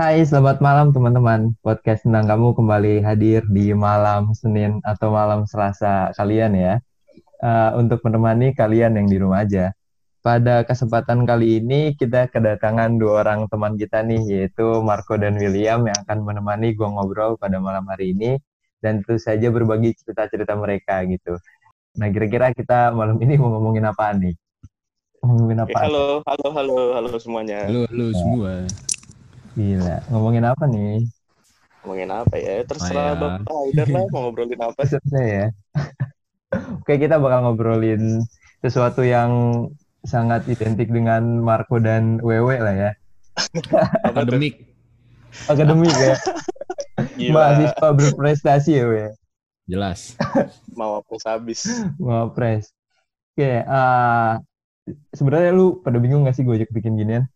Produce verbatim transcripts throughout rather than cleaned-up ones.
Hai, selamat malam teman-teman. Podcast tentang kamu kembali hadir di malam Senin atau malam Selasa kalian ya. Eh, untuk menemani kalian yang di rumah aja. Pada kesempatan kali ini kita kedatangan dua orang teman kita nih, yaitu Marco dan William yang akan menemani gua ngobrol pada malam hari ini. Dan tentu saja berbagi cerita-cerita mereka gitu. Nah, kira-kira kita malam ini mau ngomongin apaan nih? Ngomongin Eh, apa? halo, halo, halo, halo semuanya. Halo, halo semua. Gila, ngomongin apa nih? Ngomongin apa ya? Terserah Saya Bapak Haidar lah mau ngobrolin apa. Maksudnya ya. Oke, kita bakal ngobrolin sesuatu yang sangat identik dengan Marco dan Wewe lah ya. Apa tuh? akademik. Akademik ya. Gila, Mahasiswa berprestasi ya, we. Jelas. mau hapus habis. Ngapres. Oke, ah sebenarnya lu pada bingung gak sih gue ajak bikin ginian?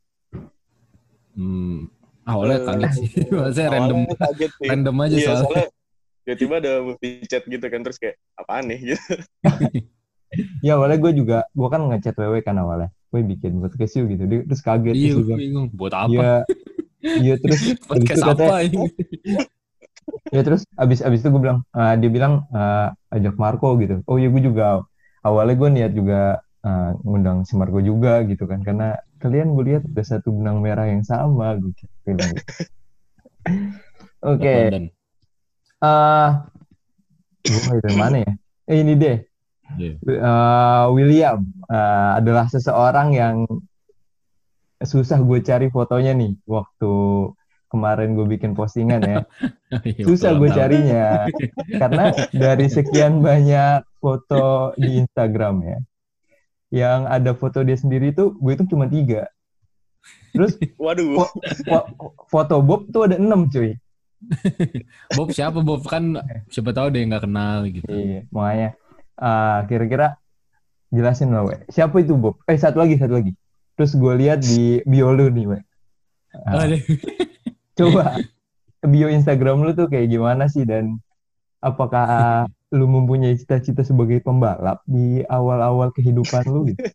Hmm, awalnya Eh, kaget sih. Maksudnya random Awalnya kaget sih. random aja Iya, soalnya. soalnya tiba-tiba ada movie chat gitu kan. Terus kayak, apaan nih? Gitu. Ya awalnya gue juga, gue kan ngechat Wewe kan awalnya. Gue bikin podcast yuk gitu. Dia terus kaget. Iya, Terus dia gue bilang, bingung. Buat apa? iya, iya terus habis itu Podcast katanya, apa ini? ya terus abis abis itu gue bilang, ah, dia bilang ah, ajak Marco gitu. Oh iya gue juga awalnya gue niat juga ah, ngundang si Marco juga gitu kan karena kalian gue lihat ada satu benang merah yang sama gue bilang gitu. Berat Oke, badan. ah gue mulai dari mana ya? Eh ini deh. Iya. Eh, William eh, adalah seseorang yang susah gue cari fotonya nih waktu kemarin gue bikin postingan ya. Iya, waktu Susah ulang gue tahun. carinya karena dari sekian banyak foto di Instagram ya, yang ada foto dia sendiri tuh gue itu cuma tiga. Terus Waduh, fo- fo- foto Bob tuh ada enam cuy. Bob siapa Bob? Kan siapa tahu deh nggak kenal gitu. Iya, makanya ah, kira-kira jelasin lah, we. Siapa itu Bob? Eh satu lagi, satu lagi. Terus gue lihat di bio lu nih, we. Ah, Aduh. coba bio Instagram lu tuh kayak gimana sih dan apakah lu mempunyai cita-cita sebagai pembalap di awal-awal kehidupan lu gitu?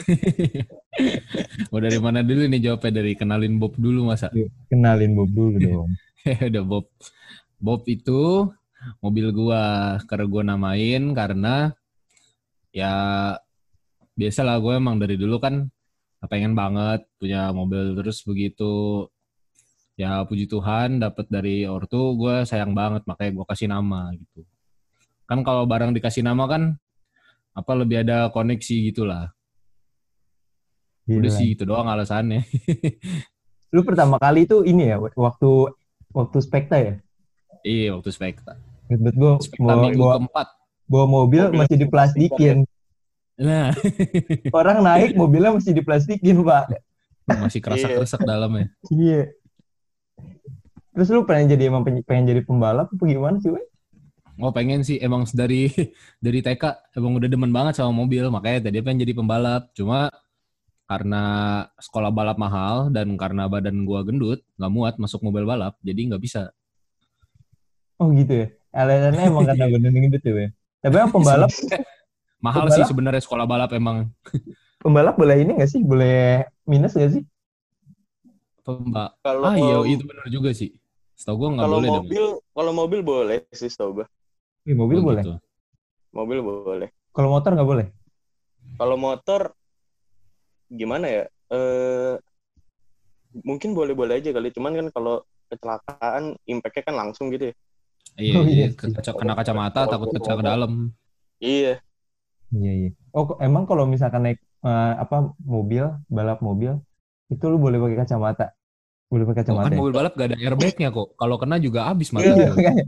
Mau dari mana dulu nih jawabnya? Dari kenalin Bob dulu masa? Yuk, kenalin Bob dulu dong. Udah Bob. Bob itu mobil gua. Karena gua namain karena ya biasalah gue emang dari dulu kan pengen banget punya mobil terus begitu ya puji Tuhan dapat dari ortu gue sayang banget makanya gue kasih nama gitu kan kalau barang dikasih nama kan apa lebih ada koneksi gitulah udah Gila. sih itu doang alasannya. Lu pertama kali tuh ini ya waktu waktu Spekta ya? Iya waktu spekta Ingat gue spekta bawa, minggu bawa, keempat. bawa mobil mobilnya masih diplastikan ya. diplastikin. Nah Orang naik mobilnya masih diplastikin, Pak. masih kerasa Iya, keresek dalamnya. Iya. Terus lu pengen jadi emang pengen, pengen jadi pembalap apa gimana sih, we? Oh pengen sih emang dari dari T K emang udah demen banget sama mobil makanya tadi pengen jadi pembalap cuma karena sekolah balap mahal dan karena badan gua gendut nggak muat masuk mobil balap jadi nggak bisa. Oh gitu ya. Alasannya emang karena badan gitu tuh, we. Tapi emang pembalap Sebenarnya mahal sih pembalap sebenarnya sekolah balap emang. pembalap boleh ini nggak sih? Boleh minus nggak sih? Pemba ah iya kalau itu benar juga sih. Setahu gua nggak kalau boleh dong. mobil, kalau mobil boleh sih setahu gue. Ih, mobil Oh boleh. gitu. Mobil boleh. Kalau motor nggak boleh. Kalau motor gimana ya? Eh, mungkin boleh-boleh aja kali. Cuman kan kalau kecelakaan, impact-nya kan langsung gitu ya. Iya, Oh iya. iya sih. Kaca- kena kacamata takut kaca ke dalam. Iya, Iya iya. Oh kok- emang kalau misalkan naik eh, apa mobil balap mobil itu lu boleh pakai kacamata. Boleh pakai Oh kan kacamata ya? mobil balap gak ada airbagnya kok. Kalau kena juga habis mata Iya Iya. gua. makanya.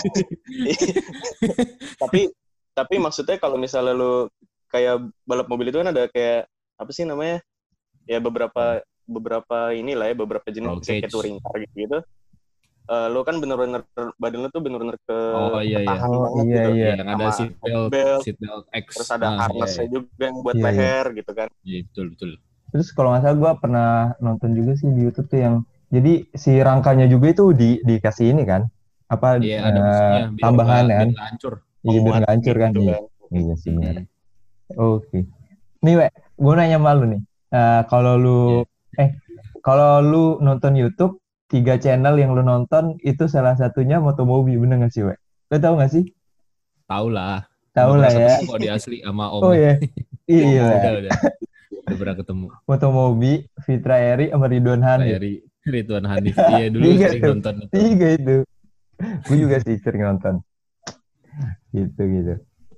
tapi tapi maksudnya kalau misalnya lu kayak balap mobil itu kan ada kayak apa sih namanya ya beberapa beberapa inilah ya beberapa jenis Roll kayak cage. touring car gitu gitu. Eh, lu kan bener-bener badan lu tuh bener-bener ke Oh iya iya. ketahan Oh banget iya gitu iya. Iya yang ada sama seat belt, belt seat belt X. terus ada Ah iya harnessnya iya. juga yang buat Iya iya. leher gitu kan. Iya betul betul. Terus kalau nggak salah gue pernah nonton juga sih di YouTube tuh yang jadi si rangkanya juga itu di dikasih ini kan apa Iya ada eh, businya biar tambahan nggak kan? biar nggak hancur. Iya biar Penguat nggak hancur kan? gitu Iya kan. iya sih benar. Mm-mm. Oke. Nih, we, gue nanya sama lu nih. Eh, kalau lu Iya. eh kalau lu nonton YouTube tiga channel yang lu nonton itu salah satunya Motomobi, bener nggak sih, we? Lu tahu nggak sih? Tahu lah. Tahu Udah lah pernah ya. ketemu kok di asli sama Oh omnya. ya, iya. Udah, udah. Udah pernah ketemu. Motomobi, Fitra Eri, sama Ridwan Hanif. Dari Ridwan Hanif. Iya, dulu Tiga sering tuh, nonton itu. tiga itu. Gue juga sih sering nonton. Gitu gitu.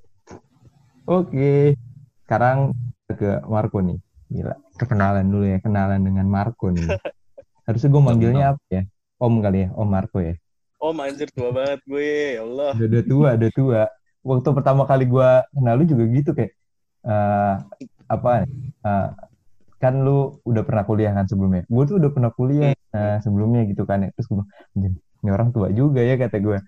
Oke, sekarang ke Marco nih. Gila, kenalan dulu ya, kenalan dengan Marco nih. Harusnya gue Gak manggilnya kenal. apa ya? Om kali ya, Om Marco ya. Oh anjir tua banget gue, ya Allah. Udah, udah tua, udah tua. Waktu pertama kali gue kenal lu juga gitu kayak eh apa? eh, kan lu udah pernah kuliah kan sebelumnya. Gue tuh udah pernah kuliah eh, sebelumnya gitu kan ya. Terus gue bilang, "Anjir, ini orang tua juga ya," kata gue.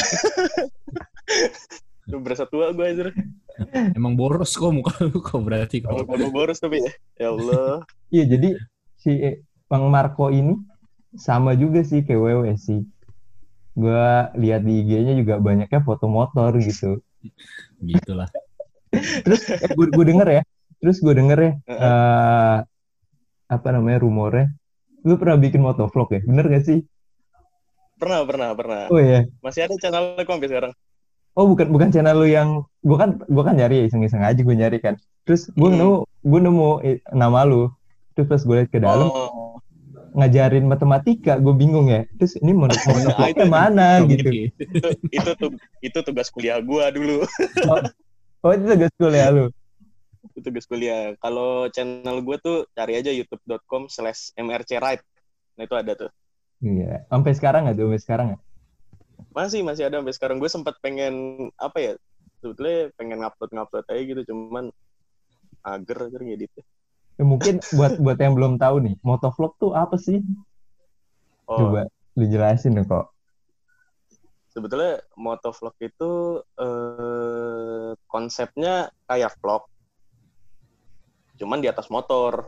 Lu berasa tua gue anjir. Emang boros kok muka lu kok berarti Kalau kok. kalau boros tapi ya. Ya Allah. Iya, jadi si Bang Marco ini sama juga sih kayak Wewe sih. Gue lihat di I G-nya juga banyaknya foto motor gitu. Gitulah. Terus eh, gue, gue denger ya, terus gue denger ya, Heeh. eh apa namanya rumornya, lu pernah bikin motovlog ya, bener gak sih? Pernah, pernah, pernah. Oh iya, Masih ada channel kok sampai sekarang. oh bukan bukan channel lu yang, gue kan gue kan nyari ya iseng-iseng aja gue nyari kan, terus gue Hmm. nemu gue nemu eh, nama lu, terus pas gue liat ke dalam Oh. ngajarin matematika, gue bingung ya, terus ini mau motovlognya mana gitu. Komedi. itu itu tuh itu tugas kuliah gua dulu. Oh, oh itu tugas kuliah lu. Itu tugas kuliah. Kalau channel gua tuh cari aja youtube dot com slash mrcright. Nah itu ada tuh. Iya, sampai sekarang nggak tuh, sampai sekarang nggak? Masih masih ada sampai sekarang. Gue sempat pengen apa ya? Sebetulnya pengen ngupload ngupload aja gitu, cuman ager aja ngedit. Ya, mungkin buat buat yang belum tahu nih, motovlog tuh apa sih? Oh, Coba lu jelasin deh kok. sebetulnya motovlog itu eh, konsepnya kayak vlog, cuman di atas motor.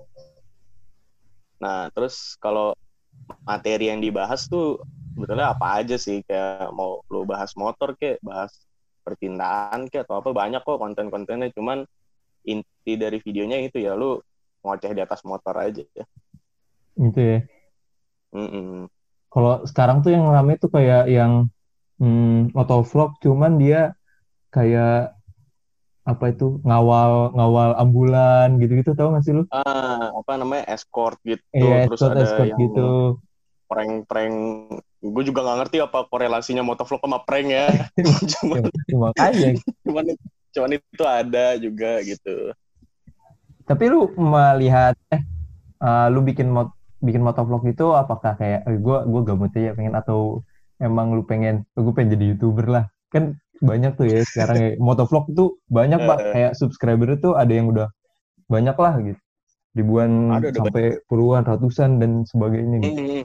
Nah, terus kalau materi yang dibahas tuh sebetulnya apa aja sih, kayak mau lo bahas motor kek, bahas percintaan kek, atau apa, banyak kok konten-kontennya, cuman inti dari videonya itu ya lu ngoceh di atas motor aja ya. Gitu ya. Mm-mm. Kalau sekarang tuh yang rame tuh kayak yang hmm, motovlog, cuman dia kayak apa itu ngawal ngawal ambulan gitu-gitu, tahu nggak sih lu? Ah, apa namanya, escort gitu, Iya, terus escort ada escort yang gitu. prank-prank. Gue juga nggak ngerti apa korelasinya motovlog sama prank ya. cuman, Cuma aja. cuman, cuman itu ada juga gitu. Tapi lu melihat eh uh, lu bikin mot bikin motovlog itu apakah kayak eh, gue gue gabut aja pengen, atau emang lu pengen gue pengen jadi YouTuber lah, kan banyak tuh ya sekarang ya motovlog tuh banyak pak, Uh, kayak subscriber itu ada yang udah banyak lah gitu, ribuan ada ada banyak. sampai puluhan ratusan dan sebagainya gitu. Mm-hmm.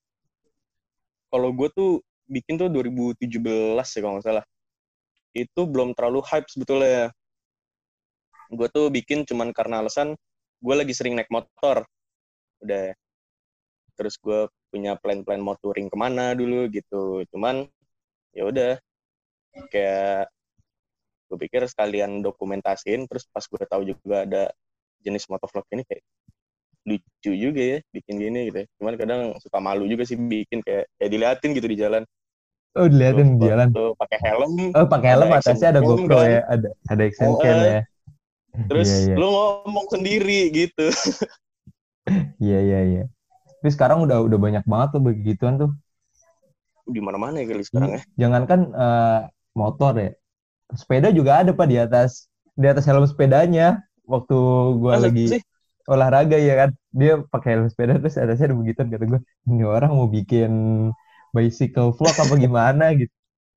Kalau gue tuh bikin tuh dua ribu tujuh belas ya kalau nggak salah. Itu belum terlalu hype sebetulnya. Gue tuh bikin cuman karena alasan gue lagi sering naik motor. Udah. Terus gue punya plan-plan mau touring kemana dulu gitu. Cuman ya udah, kayak gue pikir sekalian dokumentasiin. Terus pas gue tahu juga ada jenis motovlog ini, kayak lucu juga ya bikin gini gitu. Cuman kadang suka malu juga sih bikin, kayak kayak diliatin gitu di jalan. Oh dilihatin di jalan, Tuh pakai helm, oh pakai helm, ada action atasnya ada cam GoPro kan. ya, ada ada action Oh, cam eh, ya. terus Iya iya lu ngomong sendiri gitu. iya iya iya. Tapi sekarang udah udah banyak banget tuh begituan tuh. Di mana-mana ya kali sekarang ya. Jangankan eh, motor ya, sepeda juga ada pak di atas di atas helm sepedanya. Waktu gua Masa lagi sih? olahraga ya kan, dia pakai helm sepeda terus atasnya ada begituan, kata gue ini orang mau bikin bicycle vlog apa gimana gitu.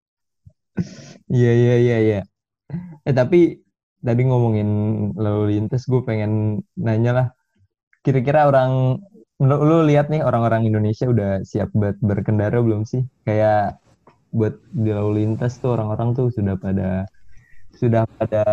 Iya iya iya iya. Eh tapi tadi ngomongin lalu lintas, gue pengen nanya lah, kira-kira orang lu, lu lihat nih orang-orang Indonesia udah siap buat berkendara belum sih? Kayak buat di lalu lintas tuh orang-orang tuh sudah pada sudah pada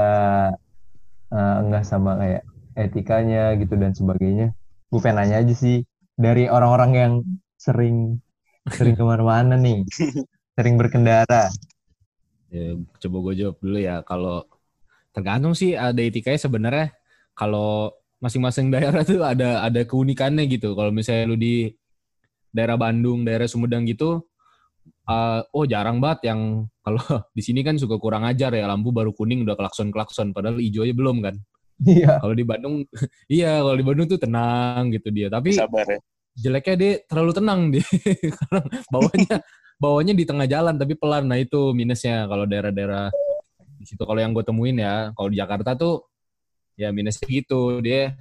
uh, enggak sama kayak etikanya gitu dan sebagainya. Gue pengen nanya aja sih dari orang-orang yang sering sering kemana-mana nih, sering berkendara. Ya, coba gue jawab dulu ya. Kalau tergantung sih ada etikanya sebenarnya. Kalau masing-masing daerah tuh ada ada keunikannya gitu. Kalau misalnya lu di daerah Bandung, daerah Sumedang gitu, uh, oh jarang banget yang kalau di sini kan suka kurang ajar ya, lampu baru kuning udah klakson-klakson, padahal hijaunya belum kan. Iya. Kalau di Bandung, iya kalau di Bandung tuh tenang gitu dia. Tapi Sabar ya. jeleknya dia terlalu tenang dia, karena bawanya bawanya di tengah jalan tapi pelan. Nah itu minusnya kalau daerah-daerah di situ. Kalau yang gue temuin ya, kalau di Jakarta tuh ya minusnya gitu, dia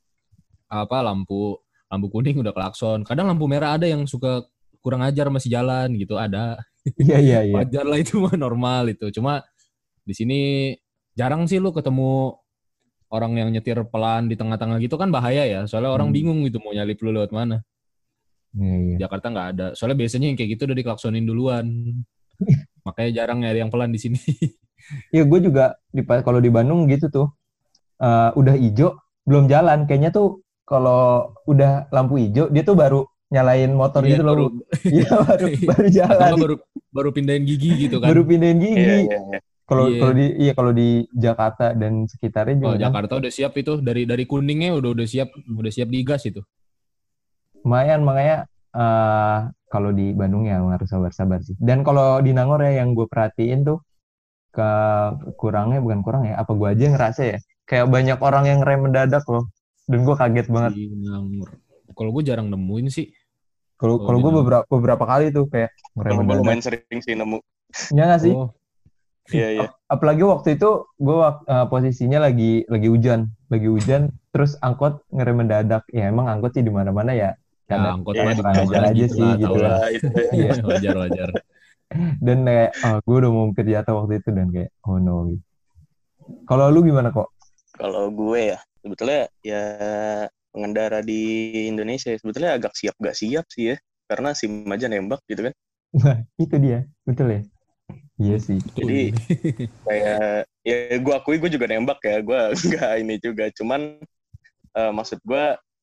apa lampu lampu kuning udah klakson. Kadang lampu merah ada yang suka kurang ajar masih jalan gitu, ada. Iya, iya, iya. Wajar lah itu mah, normal itu. Cuma di sini jarang sih lu ketemu orang yang nyetir pelan di tengah-tengah gitu, kan bahaya ya. Soalnya orang Hmm. bingung gitu mau nyalip lu lewat mana. Iya, iya. Jakarta nggak ada. Soalnya biasanya yang kayak gitu udah diklaksonin duluan. Makanya jarang nyari yang pelan di sini. Iya, gue juga di kalau di Bandung gitu tuh. Uh, udah hijau belum jalan. Kayaknya tuh kalau udah lampu hijau dia tuh baru nyalain motor Iya, gitu baru loh. Iya, baru baru atau jalan. nggak baru baru pindahin gigi gitu kan. Baru pindahin Iya, gigi. iya, iya. Kalau Iya. kalau di iya kalau di Jakarta dan sekitarnya Oh, juga kan Jakarta udah siap itu, dari dari kuningnya udah udah siap, udah siap digas itu. lumayan, makanya uh, kalau di Bandung ya harus sabar-sabar sih. Dan kalau di Nangor ya yang gue perhatiin tuh ke kurangnya bukan kurang ya, apa gue aja yang ngerasa ya kayak banyak orang yang rem mendadak loh, dan gue kaget banget. Di Nangor. Kalau gue jarang nemuin sih. Kalau Kalau kalau di gue Nangor. beberapa beberapa kali tuh kayak ngerem Kalau gue mendadak. lumayan sering sih nemu. Iya nggak sih? Oh, Iya, iya. Ap- Apalagi waktu itu gue uh, posisinya lagi lagi hujan, lagi hujan, terus angkot ngerem mendadak. Ya emang angkot sih di mana-mana ya. ya Karena angkot Iya, mah di kurang ajar mana-mana aja gitu sih lah, gitu tau lah. lah. Nah, itu ya. Iya. Wajar-wajar. Dan kayak oh, gue udah mau mungkir jatuh waktu itu dan kayak oh no gitu. Kalau lu gimana kok? Kalau gue ya, sebetulnya ya pengendara di Indonesia ya, sebetulnya agak siap gak siap sih ya. Karena SIM aja nembak gitu kan. Wah, itu dia, betul ya. Iya sih. Betul. Jadi kayak ya gue akui gue juga nembak ya, gue nggak ini juga. Cuman uh, maksud gue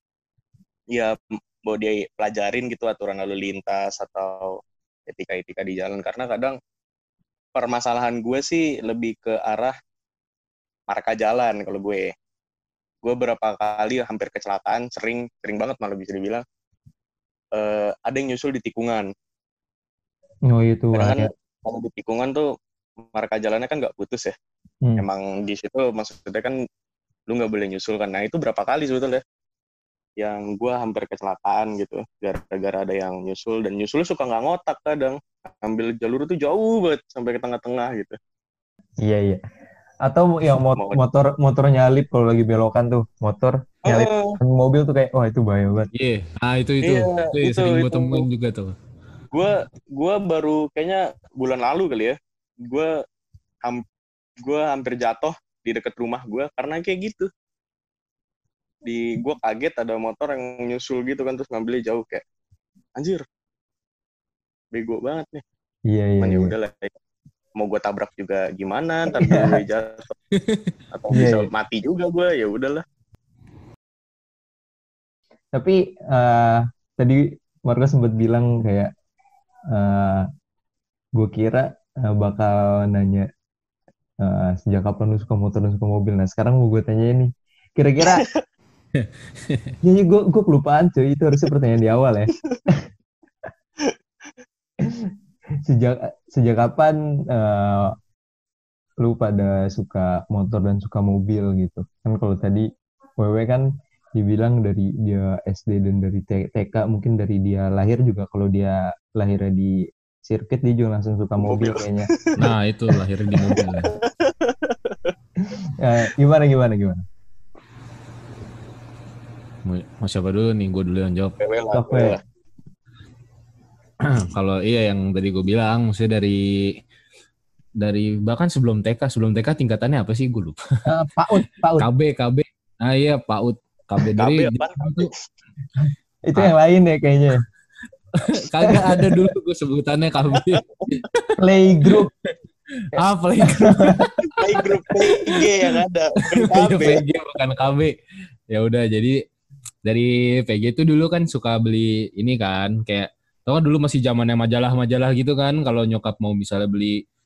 ya mau dia pelajarin gitu aturan lalu lintas atau etika-etika di jalan. Karena kadang permasalahan gue sih lebih ke arah marka jalan kalau gue. Gue berapa kali hampir kecelakaan, sering sering banget malah bisa dibilang. Uh, ada yang nyusul di tikungan. Oh itu Kadang kan ada. kalau di tikungan tuh marka jalannya kan nggak putus ya. Hmm. Emang di situ maksudnya kan lu nggak boleh nyusul kan. Nah itu berapa kali sebetulnya yang gue hampir kecelakaan gitu gara-gara ada yang nyusul, dan nyusul suka nggak ngotak kadang, ambil jalur itu jauh banget sampai ke tengah-tengah gitu. Iya iya. Atau yang mot- Mau- motor motor nyalip kalau lagi belokan tuh, motor nyalip Oh, mobil tuh kayak wah itu bahaya banget. Iya, yeah. Nah itu itu, Iya, itu, itu, sering gue itu. temuin juga tuh. Gue gue baru kayaknya bulan lalu kali ya, gue ham, gue hampir jatuh di dekat rumah gue karena kayak gitu. Di gue kaget ada motor yang nyusul gitu kan, terus ngambilnya jauh, kayak anjir bego banget nih. Iya iya. Cuman ya iya. udahlah, mau gue tabrak juga gimana, ntar gue jatuh atau Iya, bisa iya. mati juga gue, ya udahlah. Tapi uh, tadi Marco sempat bilang kayak uh, gue kira uh, bakal nanya uh, sejak kapan lu suka motor dan suka mobil. Nah sekarang mau gue tanya ini, kira-kira ya, ya gue gue kelupaan cuy, itu harusnya pertanyaan di awal ya. sejak sejak kapan uh, lu pada suka motor dan suka mobil gitu kan? Kalau tadi Wewe kan dibilang dari dia S D dan dari T K, mungkin dari dia lahir juga, kalau dia lahirnya di sirkuit dia juga langsung suka mobil, Mobil. kayaknya. Nah itu lahirnya di mobil. uh, gimana gimana gimana? Mau, mau siapa dulu nih? Gue dulu yang jawab. Wewe lah, Oke. wewe lah. Kalau iya yang tadi gue bilang, maksudnya dari dari bahkan sebelum T K, sebelum T K tingkatannya apa sih? Gue lupa. Uh, PAUD, PAUD. K B, K B. Ah iya, PAUD. K B dari K B apaan? itu Itu yang lain ya kayaknya. kagak ada dulu gue sebutannya K B. Playgroup. Ah, playgroup. Playgroup P G yang ada, bukan K B. P G bukan K B. Ya udah, jadi dari P G itu dulu kan suka beli ini kan, kayak tau kan dulu masih zamannya majalah-majalah gitu kan, kalau nyokap mau misalnya beli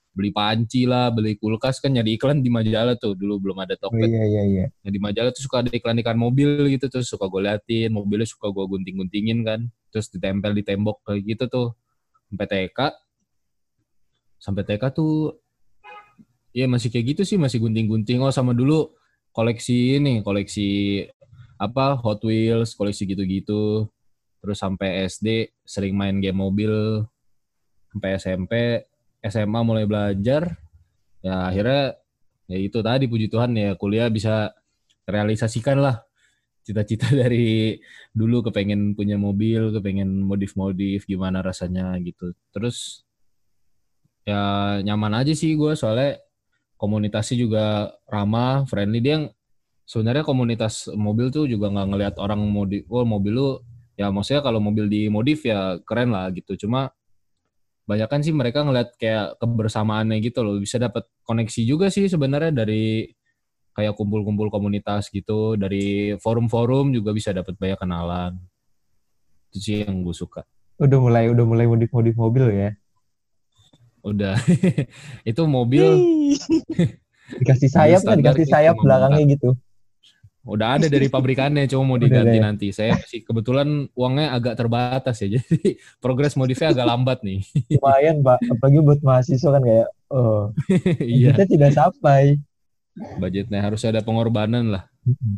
beli panci lah, beli kulkas kan nyari iklan di majalah tuh. Dulu belum ada Oh Tokped. iya iya iya. Nah, di majalah tuh suka ada iklan-iklan mobil gitu, terus suka gue liatin, mobilnya suka gue gunting-guntingin kan, terus ditempel di tembok kayak gitu tuh. Sampai T K, sampai T K tuh, ya masih kayak gitu sih, masih gunting-gunting. Oh sama dulu koleksi ini, koleksi apa Hot Wheels, koleksi gitu-gitu. Terus sampai S D sering main game mobil, sampai S M P, S M A mulai belajar. Ya akhirnya ya itu tadi puji Tuhan ya kuliah bisa realisasikan lah cita-cita dari dulu kepengen punya mobil, kepengen modif-modif gimana rasanya gitu. Terus ya nyaman aja sih gue soalnya komunitasnya juga ramah, friendly. Dia yang sebenarnya komunitas mobil tuh juga nggak ngelihat orang modif, oh mobil lu ya maksudnya kalau mobil dimodif ya keren lah gitu. Cuma banyak kan sih mereka ngelihat kayak kebersamaannya gitu loh. Bisa dapat koneksi juga sih sebenarnya dari kayak kumpul-kumpul komunitas gitu, dari forum-forum juga bisa dapat banyak kenalan. Itu sih yang gue suka. Udah mulai udah mulai modif-modif mobil ya. Udah. Itu mobil Dikasih mobil sayap kan, standar dikasih kayak sayap cuma belakangnya bentar. gitu. Udah ada dari pabrikannya, cuma mau Udah ada diganti ya? nanti. Saya masih kebetulan uangnya agak terbatas ya, jadi progres modifnya agak lambat nih. Lumayan Pak, apalagi buat mahasiswa kan kayak, oh, kita Iya, tidak sampai. budgetnya harus ada pengorbanan lah.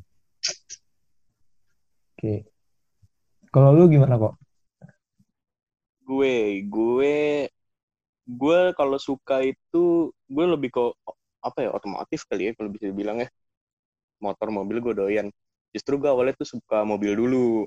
Oke. Kalau lu gimana kok? Gue, gue, gue kalau suka itu gue lebih ke apa ya otomotif kali ya kalau bisa dibilang ya. Motor mobil gue doyan. Justru gue awalnya tuh suka mobil dulu.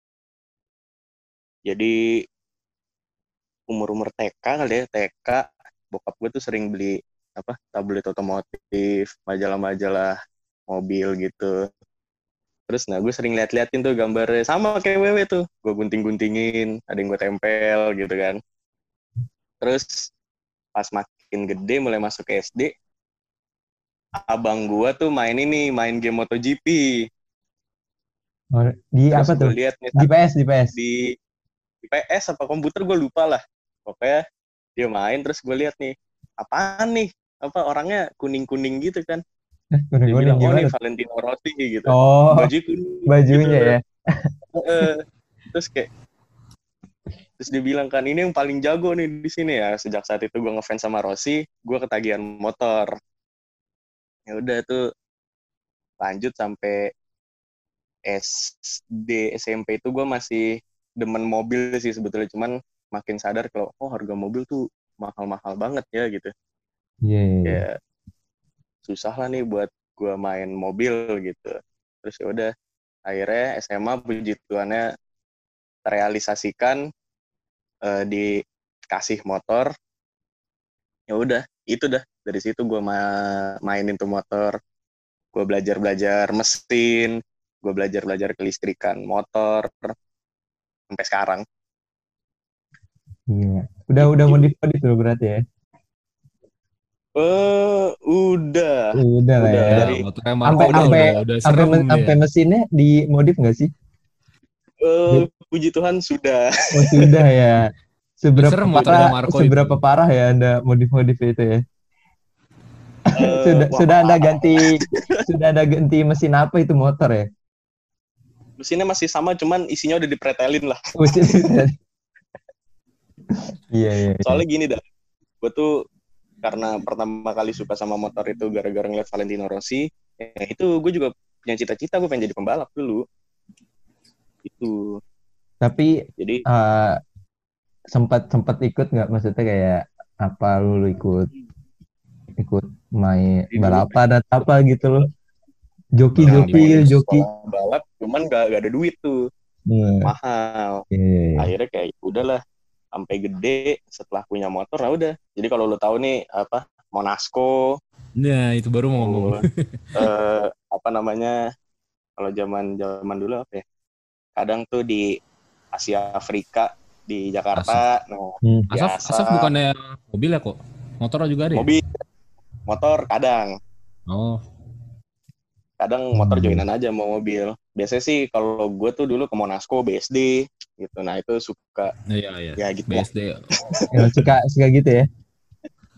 Jadi umur-umur T K kali ya, T K bokap gue tuh sering beli apa tablet otomotif, majalah-majalah mobil gitu. Terus nah gue sering lihat-liatin tuh gambarnya sama kayak Wewe tuh. Gue gunting-guntingin, ada yang gue tempel gitu kan. Terus pas makin gede mulai masuk ke S D, abang gue tuh main ini, main game MotoGP. Oh, di Terus apa gue tuh? lihat nih Di P S, di P S. di, di P S apa komputer gue lupa lah. Pokoknya dia main terus gue lihat nih, apaan nih? Apa orangnya kuning-kuning gitu kan. Eh, Dia kuning-kuning bilang, oh nih gimana? Valentino Rossi gitu. Oh, Baju kuning gitu. bajunya ya. Terus kayak terus dia bilang kan ini yang paling jago nih di sini ya. Sejak saat itu gue ngefans sama Rossi, gue ketagihan motor. Ya udah tuh lanjut sampai S D S M P itu gue masih demen mobil sih sebetulnya, cuman makin sadar kalau oh harga mobil tuh mahal-mahal banget ya gitu. Iya, iya, iya. Ya susah lah nih buat gue main mobil gitu. Terus ya udah akhirnya S M A puji Tuhannya terrealisasikan, eh, dikasih motor. Ya udah itu dah dari situ gue ma- mainin tuh motor. Gue belajar-belajar mesin, gue belajar-belajar kelistrikan motor sampai sekarang. Iya. Udah Gitu udah juga. modif-modif dulu berarti ya. Eh, udah, Udah lah udah ya. dari Motornya Sampai Marco udah, sampai udah, udah sampai serem me- sampai dia. mesinnya dimodif nggak sih? eh, puji Tuhan sudah. Oh sudah ya. Udah Seberapa serem motornya parah Marco seberapa itu. parah ya Anda modif-modif itu ya? Eh, Sudah wah sudah Anda parah. ganti sudah Anda ganti mesin apa itu motor ya? Mesinnya masih sama, cuman isinya udah dipretelin lah. Mesin. Iya iya. iya. Soalnya gini dah, gue tuh karena pertama kali suka sama motor itu gara-gara ngeliat Valentino Rossi, ya itu gue juga punya cita-cita gue pengen jadi pembalap dulu. Itu. Tapi Jadi eh, sempat sempat ikut nggak, maksudnya kayak apa lu, lu ikut ikut main dari dulu balapan atau apa gitu loh, joki Balapan di joki modif. joki. sekolah balap, cuman gak, gak ada duit tuh, Nah, mahal. iya, iya, iya. Akhirnya kayak udahlah, sampai gede setelah punya motor, nah udah. Jadi kalau lo tahu nih apa Monasco, Nah itu baru mau ngomong. terus, eh, apa namanya kalau zaman zaman dulu apa ya? Kadang tuh di Asia Afrika di Jakarta, nah Hmm. Asaf, biasa Asaf bukannya mobil ya kok? Motor juga ada ya? mobil, motor kadang, Oh, kadang Hmm. motor joinan aja mau mobil. Biasanya sih kalau gue tuh dulu ke Monasco B S D gitu, nah itu suka iya iya. ya gitu lah. B S D. Ya, suka suka gitu ya.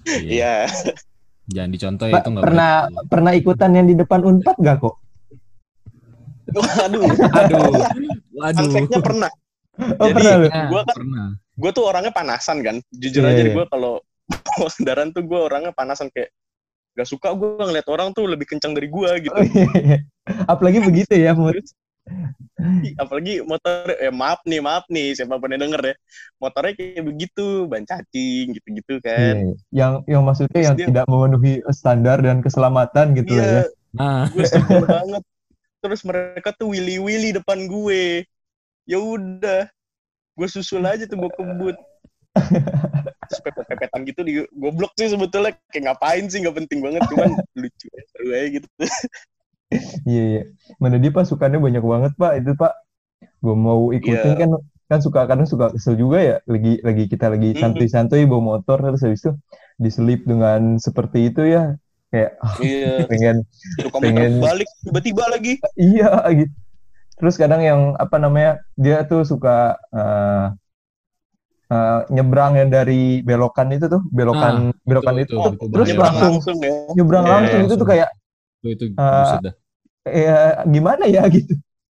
Iya. Jangan dicontoh ya, Pak, itu nggak pernah baik. pernah ikutan yang di depan Unpad gak kok? Waduh. Aduh, Fun waduh. fact-nya pernah. Oh, Jadi pernah lu? Nah, gue kan, pernah. gue tuh orangnya panasan kan. Jujur Iya, aja iya. gue kalau bawa kendaraan tuh gue orangnya panasan, kayak gak suka gue ngeliat orang tuh lebih kencang dari gue gitu. Oh, iya, iya. Apalagi begitu ya, Mut. Terus, apalagi motor, eh maaf nih, maaf nih, siapapun yang denger ya, motornya kayak begitu, ban cacing gitu-gitu Iya, kan. iya. Yang yang maksudnya Terus yang dia, tidak memenuhi standar dan keselamatan gitu lah ya. iya, Nah, gue sebel banget. Terus mereka tuh willy-willy depan gue. Ya udah, gue susul aja tuh, gue kebut. Terus pepet-pepetan gitu, di goblok sih sebetulnya, kayak ngapain sih, nggak penting banget, cuman lucu ya, seru aja gitu. Iya, iya. Mana dia pasukannya banyak banget, Pak. Itu, Pak. Gue mau ikutin Iya. kan kan suka kadang suka kesel juga ya, lagi lagi kita lagi Hmm, santuy-santuy bawa motor terus habis itu diselip dengan seperti itu ya. Kayak ah, iya. pengen Suka muter pengen balik tiba-tiba lagi. iya gitu. Terus kadang yang apa namanya? Dia tuh suka eh, eh, nyebrang yang dari belokan itu tuh, nah belokan itu belokan itu itu Oh, tuh itu terus bahaya nyebrang banget. langsung langsung ya. nyebrang Iya, Nyebrang langsung itu tuh langsung. kayak Itu itu eh, buset dah. ya gimana ya gitu.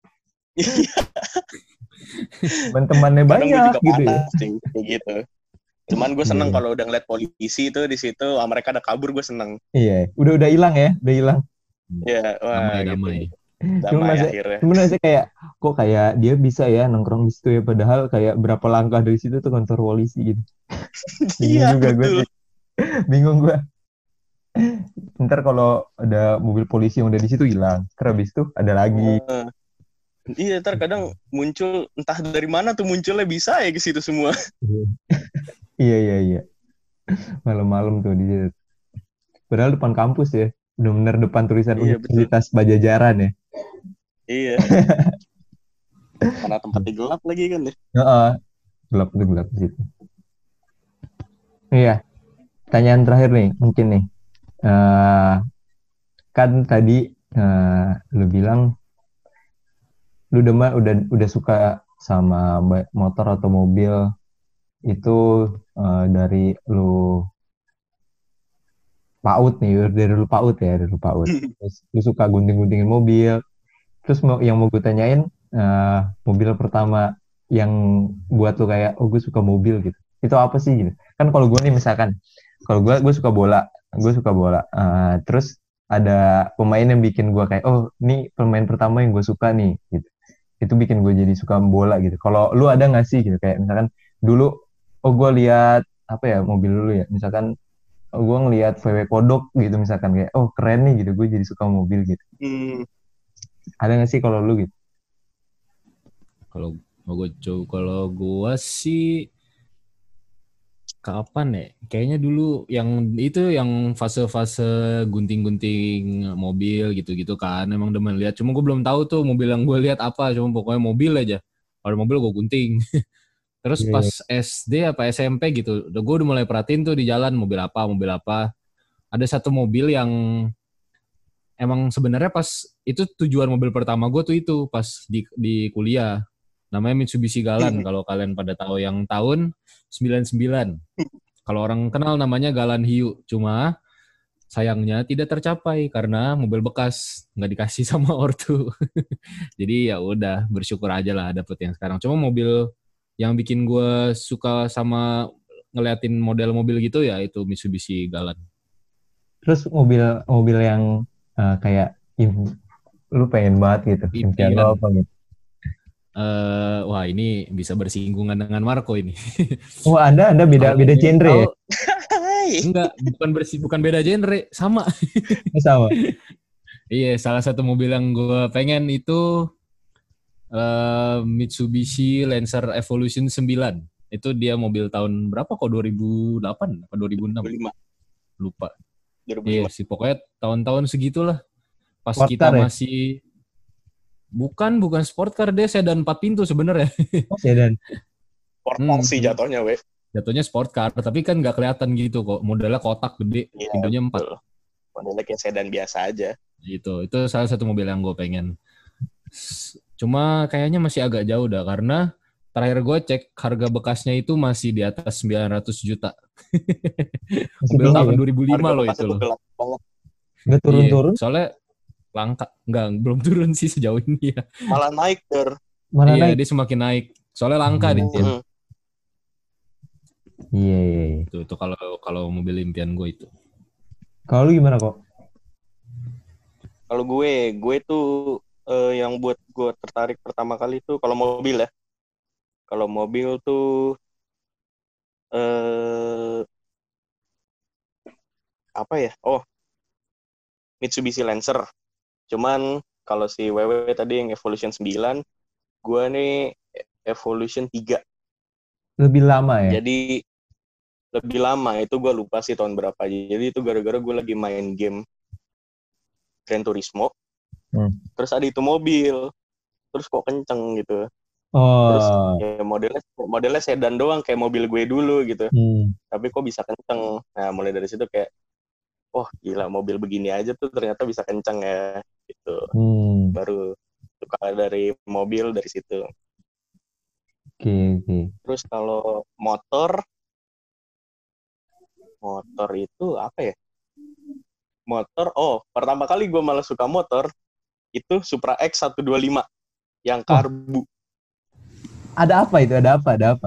Teman-temannya kadang gue banyak juga gitu ya. panas sih kayak gitu. Cuman gue seneng Iya. kalau udah ngeliat polisi tuh di situ, ah, mereka ada kabur, gue seneng. Iya, udah udah hilang ya, udah hilang. Ya, wah Damai, gitu. damai. Cuma Damai masa, akhirnya. cuma masa kayak kok kayak dia bisa ya nongkrong di situ ya, padahal kayak berapa langkah dari situ tuh kantor polisi gitu. Bingung Iya, juga gue betul. sih, bingung gue. Ntar kalau ada mobil polisi yang udah di situ hilang, terus habis itu ada lagi. Wah. Iya, ntar kadang muncul, entah dari mana tuh munculnya, bisa ya ke situ semua. Iya iya iya, malam-malam tuh di situ. Padahal depan kampus ya, benar-benar depan tulisan Iya, betul. Universitas Pajajaran ya. Iya. Karena tempatnya gelap lagi kan ya. Heeh, gelap tuh gelap di situ. Iya, pertanyaan terakhir nih, mungkin nih. Eh, kan tadi eh, lu bilang lu udah ma- udah udah suka sama ba- motor atau mobil itu eh, dari lu PAUD nih, dari lu PAUD ya, dari lu PAUD. Terus lu suka gunting-guntingin mobil. Terus mau yang mau gue tanyain eh, mobil pertama yang buat lu kayak oh gue suka mobil gitu. Itu apa sih gitu? Kan kalau gue nih misalkan kalau gue gue suka bola, gue suka bola. Eh, terus ada pemain yang bikin gue kayak oh ini pemain pertama yang gue suka nih gitu. Itu bikin gue jadi suka bola gitu. Kalau lu ada nggak sih gitu kayak misalkan dulu oh gue lihat apa ya mobil dulu ya misalkan oh, gue ngelihat V W Kodok gitu misalkan kayak oh keren nih gitu gue jadi suka mobil gitu. Hmm. Ada nggak sih kalau lu gitu? Kalau mau gue coba, kalau gue sih kapan ya? Kayaknya dulu yang itu yang fase-fase gunting-gunting mobil gitu-gitu kan. Emang demen lihat. Cuma gue belum tahu tuh mobil yang gue lihat apa. Cuma pokoknya mobil aja. Kalau mobil gue gunting. Terus Iya, pas iya. S D apa S M P gitu, udah gue udah mulai perhatiin tuh di jalan mobil apa, mobil apa. Ada satu mobil yang emang sebenarnya pas itu tujuan mobil pertama gue tuh itu pas di di kuliah. Namanya Mitsubishi Galan kalau kalian pada tahu yang tahun sembilan puluh sembilan. Kalau orang kenal namanya Galan Hiu. Cuma sayangnya tidak tercapai karena mobil bekas nggak dikasih sama ortu. Jadi ya udah bersyukur aja lah dapet yang sekarang. Cuma mobil yang bikin gue suka sama ngeliatin model mobil gitu ya itu Mitsubishi Galan. Terus mobil mobil yang eh, kayak im- lu pengen banget gitu, impian lo Impian. apa gitu? Eh, wah ini bisa bersinggungan dengan Marco ini. Oh anda anda beda Kalau beda kalian genre tahu, ya? Hai. enggak, bukan bersih, bukan beda genre, sama. Oh, sama. Iya, salah satu mobil yang gue pengen itu eh, Mitsubishi Lancer Evolution sembilan. Itu dia mobil tahun berapa kok? dua ribu delapan atau dua ribu enam? dua ribu lima. Lupa. dua ribu lima. Iya sih, pokoknya tahun-tahun segitulah. Pas Sport kita car ya? masih bukan bukan sport car, dia sedan empat pintu sebenarnya. Oh sedan. Portal Hmm, sih jatuhnya, we. jatuhnya sport car, tapi kan nggak kelihatan gitu kok. Modelnya kotak gede, Iya, pintunya empat. betul. Modelnya kayak sedan biasa aja. Gitu. Itu salah satu mobil yang gue pengen. S- Cuma kayaknya masih agak jauh dah karena terakhir gue cek harga bekasnya itu masih di atas sembilan ratus juta. Masih Mobil tinggi tahun ya? dua ribu lima Harga loh bekasnya itu tuh loh. gelap banget. Nggak Iya, turun-turun? soalnya langka. Enggak, belum turun sih sejauh ini ya. Malah naik, Der. Mana Iya, naik? dia semakin naik. Soalnya langka Iya. dia. Mm-mm. Iya, iya, iya. Itu tuh kalau kalau mobil impian gue itu. Kalau lu gimana kok? Kalau gue, gue tuh eh, yang buat gue tertarik pertama kali tuh kalau mobil ya. Kalau mobil tuh eh apa ya? Oh, Mitsubishi Lancer. Cuman kalau si W W tadi yang Evolution sembilan, gue nih Evolution tiga. Lebih lama ya? Jadi lebih lama, itu gue lupa sih tahun berapa. Jadi itu gara-gara gue lagi main game Gran Turismo. Hmm. Terus ada itu mobil. Terus kok kenceng gitu. Terus Oh. ya modelnya modelnya sedan doang kayak mobil gue dulu gitu. Hmm. Tapi kok bisa kenceng. Nah, mulai dari situ kayak oh, gila mobil begini aja tuh ternyata bisa kenceng ya gitu. Hmm. Baru suka dari mobil dari situ. Oke, okay, oke. Okay. Terus kalau motor motor itu apa ya? Motor, oh, pertama kali gue malah suka motor itu Supra X seratus dua puluh lima yang karbu. Oh. Ada apa itu? Ada apa? Ada apa?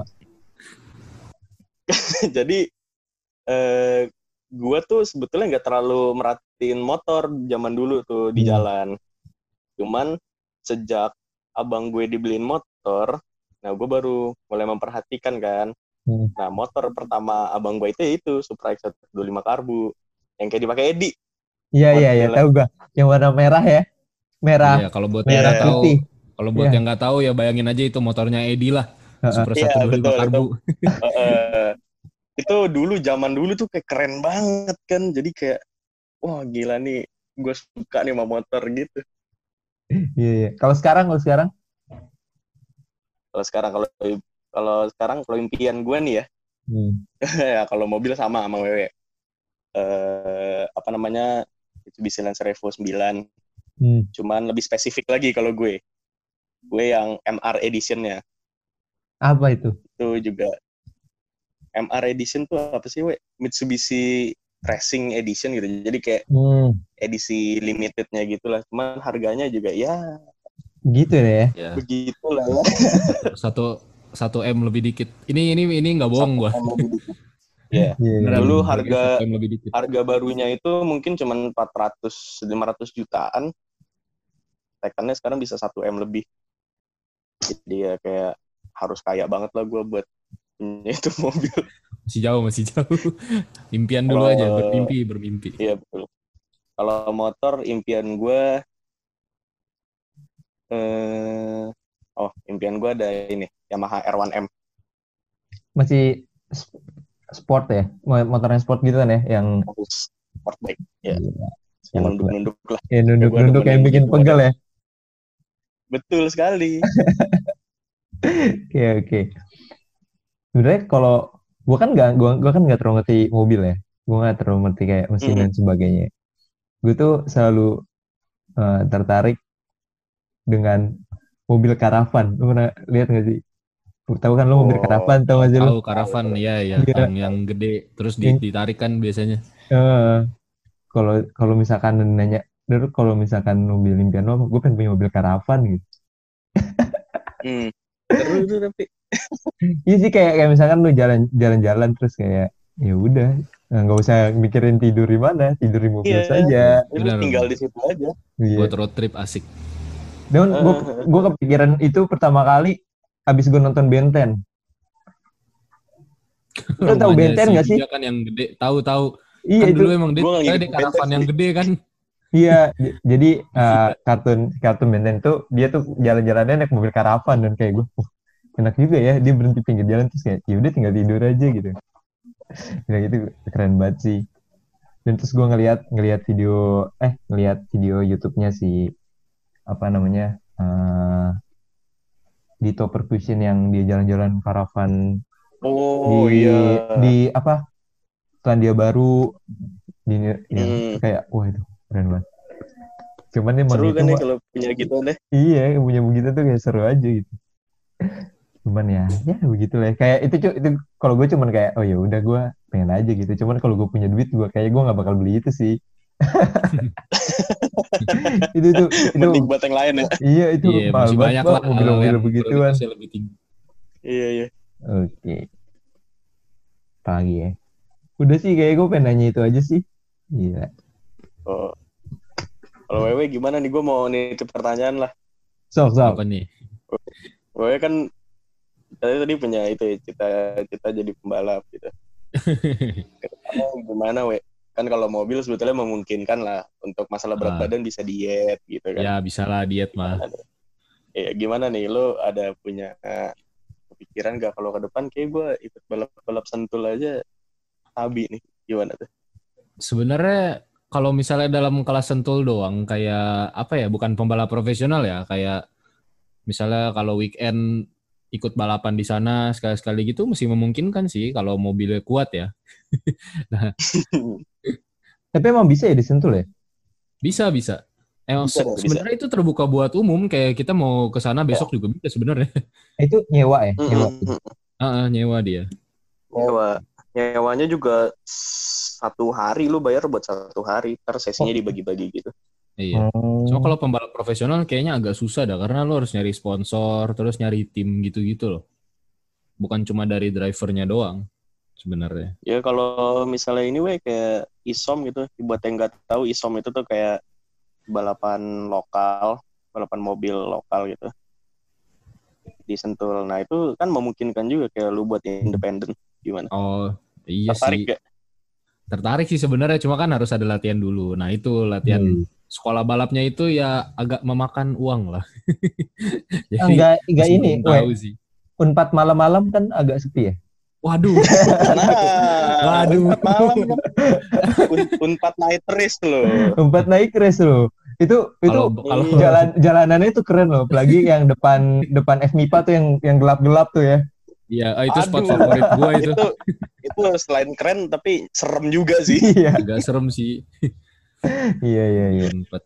Jadi eh, gue tuh sebetulnya nggak terlalu merhatiin motor zaman dulu tuh di Hmm. jalan. Cuman sejak abang gue dibeliin motor, nah gue baru mulai memperhatikan kan. Hmm. Nah motor pertama abang gue itu itu Supra X seratus dua puluh lima karbu yang kayak dipakai Edi. Iya, iya, iya, tahu gue. Yang warna merah ya, merah, Iya, kalau buat merah yang nggak tahu, putih. kalau buat Iya. yang nggak tahu ya bayangin aja itu motornya Edi lah, Supra Iya seratus dua puluh lima betul karbu. itu. uh, uh, itu dulu zaman dulu tuh kayak keren banget kan. Jadi kayak wah gila nih, gue suka nih sama motor gitu. Iya, iya. Kalau sekarang, kalau sekarang? Kalau sekarang kalau kalau sekarang kalau impian gue nih ya, Hmm. ya kalau mobil sama sama W W. Uh, apa namanya Mitsubishi Lancer Evo sembilan. Hmm. Cuman lebih spesifik lagi kalau gue. Gue yang M R Edition-nya. Apa itu? Itu juga M R Edition tuh apa sih, we? Mitsubishi Racing Edition gitu. Jadi kayak hmm. edisi limitednya gitulah. Cuman harganya juga ya gitu ya. Ya. Begitulah ya. Satu satu M lebih dikit. Ini ini ini nggak bohong gua. Ya. Yeah. Dulu harga lebih dikit. harga barunya itu mungkin cuma empat ratus lima ratus jutaan. Tekannya sekarang bisa satu M lebih. Jadi ya kayak harus kaya banget lah gue buat punya itu mobil. Masih jauh, masih jauh. Impian dulu Kalo, aja, bermimpi, bermimpi. Iya betul. Kalau motor impian gue eh, oh impian gue ada ini Yamaha R satu M. Masih sport ya, motornya sport gitu kan ya, yang sport bike ya. Gila. Yang nunduk-nunduk lah. Ya nunduk-nunduk yang bikin pegel ya. Betul sekali. Oke oke. Sebenarnya kalau gue kan nggak gue gue kan nggak terlalu ngerti mobil ya, gue nggak terlalu ngerti kayak mesin mm-hmm. dan sebagainya. Gue tuh selalu uh, tertarik dengan mobil karavan. Lu pernah lihat nggak sih? Tahu kan lu mobil karavan, tahu nggak sih lu? Tahu karavan, ya ya, yang yang gede terus ditarik kan biasanya. Uh, kalau kalau misalkan nanya, dulu kalau misalkan mobil impian lo, gue pengen punya mobil karavan gitu. Hmm. Terus tuh tapi. Iya sih kayak kayak misalkan lu jalan jalan-jalan terus kayak ya udah nggak usah mikirin tidur di mana, tidur di mobil yeah, saja. Benar, tinggal di situ aja. Yeah. Buat road trip asik. Dan uh, gue gue kepikiran itu pertama kali abis gue nonton Ben ten. Lu tahu Ben ten nggak sih? Kan yang gede, tahu-tahu. Iya kan itu. Dulu emang dia ada karavan yang gede kan. Iya, jadi uh, kartun kartun Ben ten tuh dia tuh jalan-jalannya naik mobil karavan dan kayak gue, oh, enak juga ya, dia berhenti pinggir jalan terus kayak ya udah tinggal tidur aja gitu. Kayak gitu keren banget sih. Dan terus gue ngelihat ngelihat video eh ngelihat video YouTube-nya si apa namanya uh, Dito Percussion yang dia jalan-jalan karavan oh, di iya. di apa Selandia Baru di yang hmm. kayak wah itu keren banget. Cuman emang seru itu kan ya kalau punya gitu deh. Iya, punya begitu tuh kayak seru aja gitu. cuman ya ya begitu lah kayak itu cu- itu kalau gue cuman kayak oh ya udah gue pengen aja gitu cuman kalau gue punya duit gue kayak gue nggak bakal beli itu sih. itu itu itu Mending buat yang lain ya. iya itu Iya, mahal masih banget banyak pak lah hal mobil-mobil yang begituan. prioritasnya lebih tinggi. Iya, iya. Oke, pagi ya. Udah sih kayak gue pengen nanya itu aja sih. Iya. Oh. Kalau Wewe gimana nih? Gue mau nitip pertanyaan lah. Sok sok. Apa nih? Wewe kan tadi tadi punya itu ya, cita-cita jadi pembalap gitu. Kedepannya gimana, We? Kan kalau mobil sebetulnya memungkinkan lah untuk masalah berat Ah. badan bisa diet gitu kan. Ya bisa lah diet mah. Gimana nih? Ya, gimana nih? Lo ada punya uh, kepikiran gak kalau ke depan kayak gue ikut balap-balap sentul aja habi nih. Gimana tuh? Sebenarnya kalau misalnya dalam kelas sentul doang kayak apa ya, bukan pembalap profesional ya, kayak misalnya kalau weekend ikut balapan di sana sekali-sekali gitu masih memungkinkan sih kalau mobilnya kuat ya. Nah, Tapi emang bisa ya disentul ya? bisa bisa. Emang Bisa, se- bisa. sebenarnya itu terbuka buat umum, kayak kita mau ke sana besok juga bisa sebenarnya. Itu nyewa ya? Nyewa. Mm-mm. Ah, nyewa dia. Nyewa. Nyewanya juga satu hari lu bayar buat satu hari. Ntar sesinya Oh. dibagi-bagi gitu. Iya. Cuma Oh. kalau pembalap profesional kayaknya agak susah dah karena lo harus nyari sponsor, terus nyari tim gitu-gitu loh. Bukan cuma dari drivernya doang sebenarnya. Ya kalau misalnya ini we kayak ISOM gitu. Buat yang nggak tahu ISOM itu tuh kayak balapan lokal, balapan mobil lokal gitu. Di Sentul. Nah itu kan memungkinkan juga kayak lu buat independen. Gimana? Oh, iya Tertarik sih. gak? Tertarik sih sebenarnya, cuma kan harus ada latihan dulu. Nah, itu latihan Hmm. sekolah balapnya itu ya agak memakan uang lah. Jadi Enggak, enggak masih ini. belum tahu We, sih. Unpad malam-malam kan agak sepi ya? Waduh. Nah, Waduh. Unpad malam kan. Un- Unpad night race loh. Unpad naik race loh. Itu itu Kalau kalau Iya. jalan jalanannya itu keren loh. Apalagi yang depan depan F M I P A tuh yang yang gelap-gelap tuh ya. iya, oh, itu spot Aduh, favorit gua itu. itu itu selain keren tapi serem juga sih. Iya. Agak serem sih. Iya iya iya. Empat.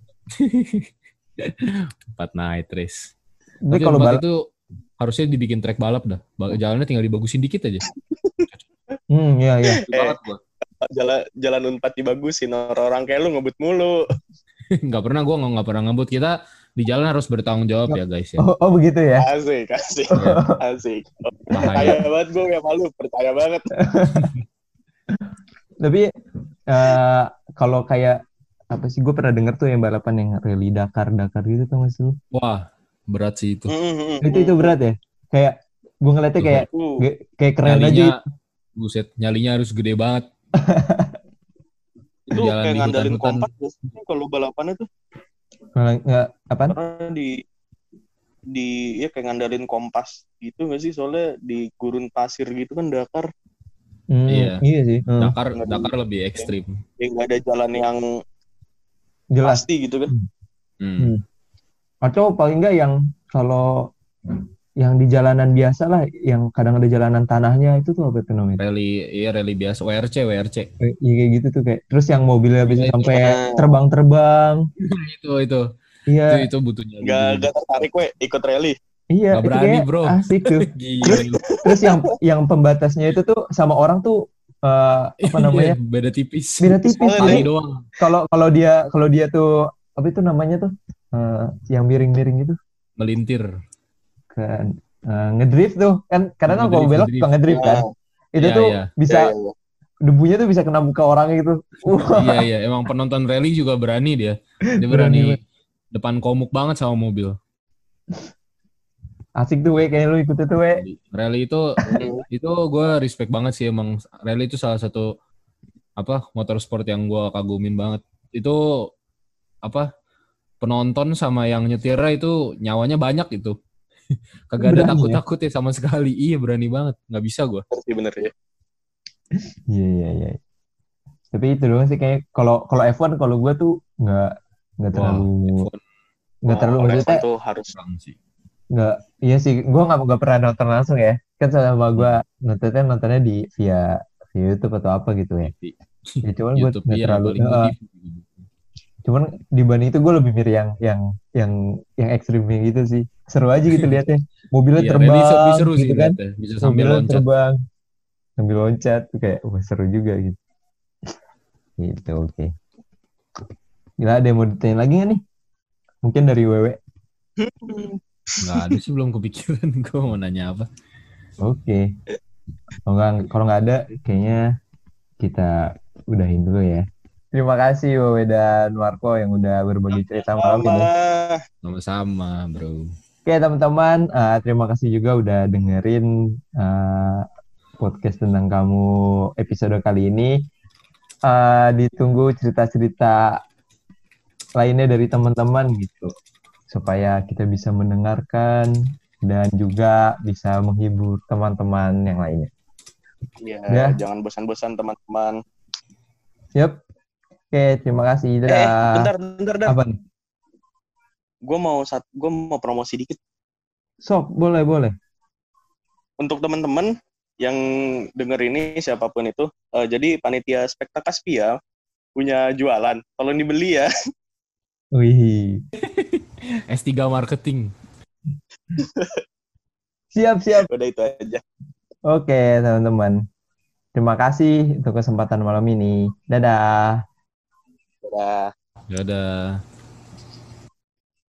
Empat night race. Tapi Tapi kalau empat balap, itu harusnya dibikin track balap dah. Ba- Jalannya tinggal dibagusin dikit aja. hmm iya iya. Setuju banget gua. Jalan jalan Unpad dibagusin, orang kayak lu ngebut mulu. Nggak pernah, gue nggak pernah ngebut. Kita di jalan harus bertanggung jawab ya guys ya. Oh, oh begitu ya. Asik, asik, Iya. asik. Oh, Bahaya. percaya banget gue ya malu, percaya banget. Tapi eh, kalau kayak apa sih gue pernah denger tuh yang balapan yang rally Dakar Dakar gitu tuh mas lu. Wah, berat sih itu. Itu itu berat ya. Kayak gue ngeliatnya kayak Uh, ge- kayak keren aja. Nyalinya, buset, nyalinya harus gede banget. itu Jalan kayak di ngandalin hutan-hutan. kompas gak sih kalau balapannya tuh? Nggak nggak apaan? Karena di di ya kayak ngandalin kompas gitu gak sih? Soalnya di gurun pasir gitu kan Dakar, Hmm, Iya. iya sih. Hmm. Dakar, Dakar lebih ekstrim. ya nggak ada jalan yang Jelas. pasti gitu kan? Hmm. Hmm. Atau paling enggak yang kalau yang di jalanan biasa lah, yang kadang ada jalanan tanahnya itu tuh apa itu namanya? Rally, iya rally biasa. W R C, W R C. Eh, Iya kayak gitu tuh kayak. Terus yang mobilnya bisa Iya, itu. sampai Nah. terbang-terbang. itu, itu. Iya, Itu, itu butuh nyali Gak dulu. gak tertarik we ikut rally. iya. Nggak Itu berani, kayak bro. asik tuh. Gila. Terus yang yang pembatasnya itu tuh sama orang tuh eh, apa namanya? Iya, beda tipis. Beda tipis. Oh, Kali Jadi doang. kalau kalau dia kalau dia tuh apa itu namanya tuh eh, yang miring-miring gitu Melintir. kan eh, ngedrift tuh kan kadang kan kalau Ngedrift, belok ngedrift. suka ngedrift kan. Itu Iya, tuh iya. bisa Ya, ya, ya. debunya tuh bisa kena muka orangnya gitu. Wah, Iya, iya. Emang penonton rally juga berani dia. Dia Berani berani, depan komuk banget sama mobil. asik tuh we kayak lu ikut itu we. Rally itu itu gue respect banget sih, emang rally itu salah satu apa motorsport yang gue kagumin banget. Itu apa penonton sama yang nyetirnya itu nyawanya banyak itu. Kagak ada Berani takut-takut ya sama sekali. Iya, berani banget. Nggak bisa gue. Bener, bener ya. Iya iya iya. Tapi itu doang sih kayak kalau kalau F satu kalau gua tuh nggak nggak terlalu nggak terlalu Kalau F satu maksudnya tuh harus kurang sih. nggak iya sih gua nggak nggak pernah nonton langsung ya kan sama gua nontonnya nontonnya di via via YouTube atau apa gitu ya. Ya cuman gua YouTube nggak iya, terlalu paling uh, T V. cuman dibanding itu gua lebih mirip yang yang yang yang ekstrimnya gitu sih. seru aja gitu lihatnya. Mobilnya Iya, rally lebih terbang seru sih gitu kan. liatnya. Bisa sambil Mobilnya loncat. terbang sambil loncat tuh kayak wah seru juga gitu. Gitu, oke. Gila, ada yang mau ditanya lagi nggak nih? Mungkin dari Wewe. Nggak ada sih, belum kepikiran gue mau nanya apa. Oke. Kalau nggak kalau nggak ada, kayaknya kita udahin dulu ya. Terima kasih Wewe dan Marco yang udah berbagi cerita malam Sama. ini. Sama-sama, bro. Oke teman-teman, eh, terima kasih juga udah dengerin eh, podcast tentang kamu episode kali ini. Eh, ditunggu cerita-cerita lainnya dari teman-teman gitu, supaya kita bisa mendengarkan dan juga bisa menghibur teman-teman yang lainnya. Ya, Ya, jangan bosan-bosan teman-teman. siap. Oke, terima kasih. Eh, eh, Dadah. bentar, bentar, bentar. Apa nih? Gue mau sat, gue mau promosi dikit Sok, boleh, boleh. untuk teman-teman yang denger ini siapapun itu. Eh, jadi panitia Spektakaspia punya jualan. Tolong dibeli ya. Wih, S tiga Marketing. siap, siap. Udah itu aja. Oke, teman-teman. Terima kasih untuk kesempatan malam ini. Dadah. Dadah. Ya udah.